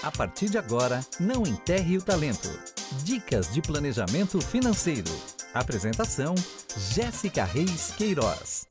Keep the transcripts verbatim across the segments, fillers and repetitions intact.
A partir de agora, não enterre o talento. Dicas de planejamento financeiro. Apresentação, Jéssica Reis Queiroz.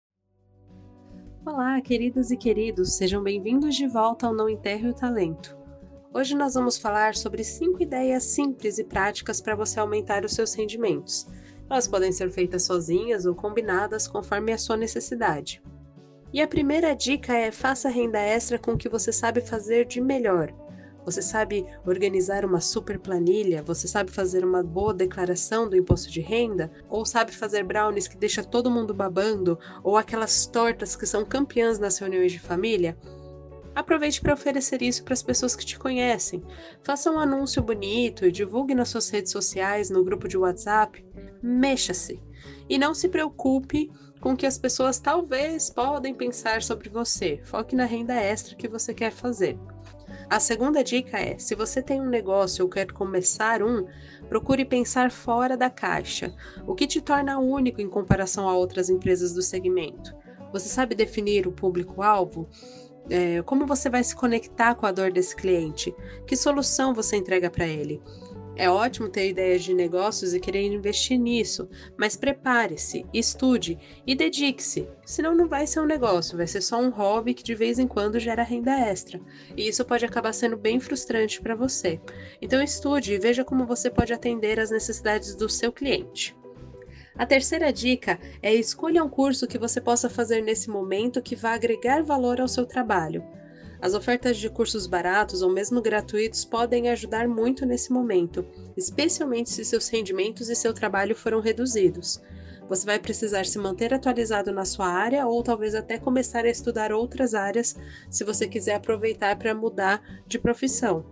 Olá, queridas e queridos, sejam bem-vindos de volta ao Não Enterre o Talento. Hoje nós vamos falar sobre cinco ideias simples e práticas para você aumentar os seus rendimentos. Elas podem ser feitas sozinhas ou combinadas conforme a sua necessidade. E a primeira dica é: faça renda extra com o que você sabe fazer de melhor. Você sabe organizar uma super planilha? Você sabe fazer uma boa declaração do imposto de renda? Ou sabe fazer brownies que deixa todo mundo babando? Ou aquelas tortas que são campeãs nas reuniões de família? Aproveite para oferecer isso para as pessoas que te conhecem. Faça um anúncio bonito e divulgue nas suas redes sociais, no grupo de WhatsApp. Mexa-se. E não se preocupe com o que as pessoas talvez podem pensar sobre você. Foque na renda extra que você quer fazer. A segunda dica é: se você tem um negócio ou quer começar um, procure pensar fora da caixa. O que te torna único em comparação a outras empresas do segmento? Você sabe definir o público-alvo? É, como você vai se conectar com a dor desse cliente? Que solução você entrega para ele? É ótimo ter ideias de negócios e querer investir nisso, mas prepare-se, estude e dedique-se. Senão não vai ser um negócio, vai ser só um hobby que de vez em quando gera renda extra. E isso pode acabar sendo bem frustrante para você. Então estude e veja como você pode atender às necessidades do seu cliente. A terceira dica é: escolha um curso que você possa fazer nesse momento que vá agregar valor ao seu trabalho. As ofertas de cursos baratos ou mesmo gratuitos podem ajudar muito nesse momento, especialmente se seus rendimentos e seu trabalho foram reduzidos. Você vai precisar se manter atualizado na sua área ou talvez até começar a estudar outras áreas se você quiser aproveitar para mudar de profissão.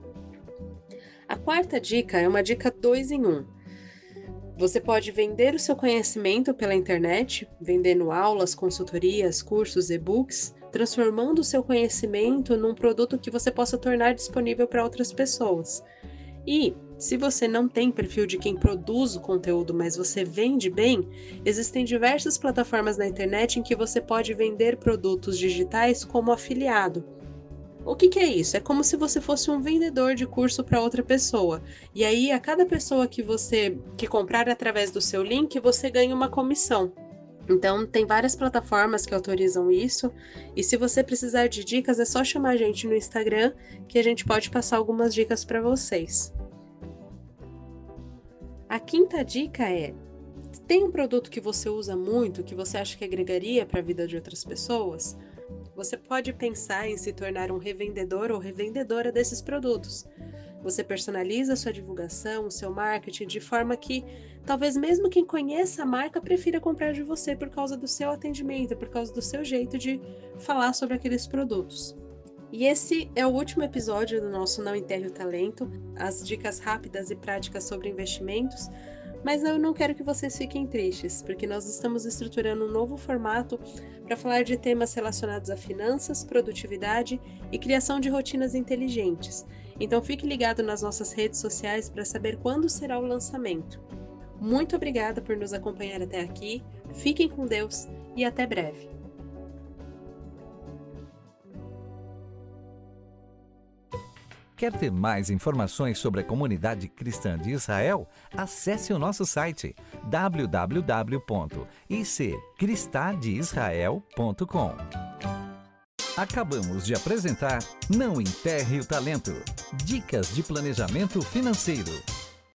A quarta dica é uma dica dois em um. Você pode vender o seu conhecimento pela internet, vendendo aulas, consultorias, cursos, e-books, transformando o seu conhecimento num produto que você possa tornar disponível para outras pessoas. E, se você não tem perfil de quem produz o conteúdo, mas você vende bem, existem diversas plataformas na internet em que você pode vender produtos digitais como afiliado. O que que é isso? É como se você fosse um vendedor de curso para outra pessoa. E aí, a cada pessoa que você que comprar através do seu link, você ganha uma comissão. Então, tem várias plataformas que autorizam isso. E se você precisar de dicas, é só chamar a gente no Instagram, que a gente pode passar algumas dicas para vocês. A quinta dica é: tem um produto que você usa muito, que você acha que agregaria para a vida de outras pessoas? Você pode pensar em se tornar um revendedor ou revendedora desses produtos. Você personaliza a sua divulgação, o seu marketing, de forma que talvez mesmo quem conheça a marca prefira comprar de você por causa do seu atendimento, por causa do seu jeito de falar sobre aqueles produtos. E esse é o último episódio do nosso Não Enterre o Talento, as dicas rápidas e práticas sobre investimentos. Mas eu não quero que vocês fiquem tristes, porque nós estamos estruturando um novo formato para falar de temas relacionados a finanças, produtividade e criação de rotinas inteligentes. Então fique ligado nas nossas redes sociais para saber quando será o lançamento. Muito obrigada por nos acompanhar até aqui, fiquem com Deus e até breve. Quer ter mais informações sobre a comunidade cristã de Israel? Acesse o nosso site w w w ponto i c cristã de israel ponto com. Acabamos de apresentar Não Enterre o Talento. Dicas de planejamento financeiro.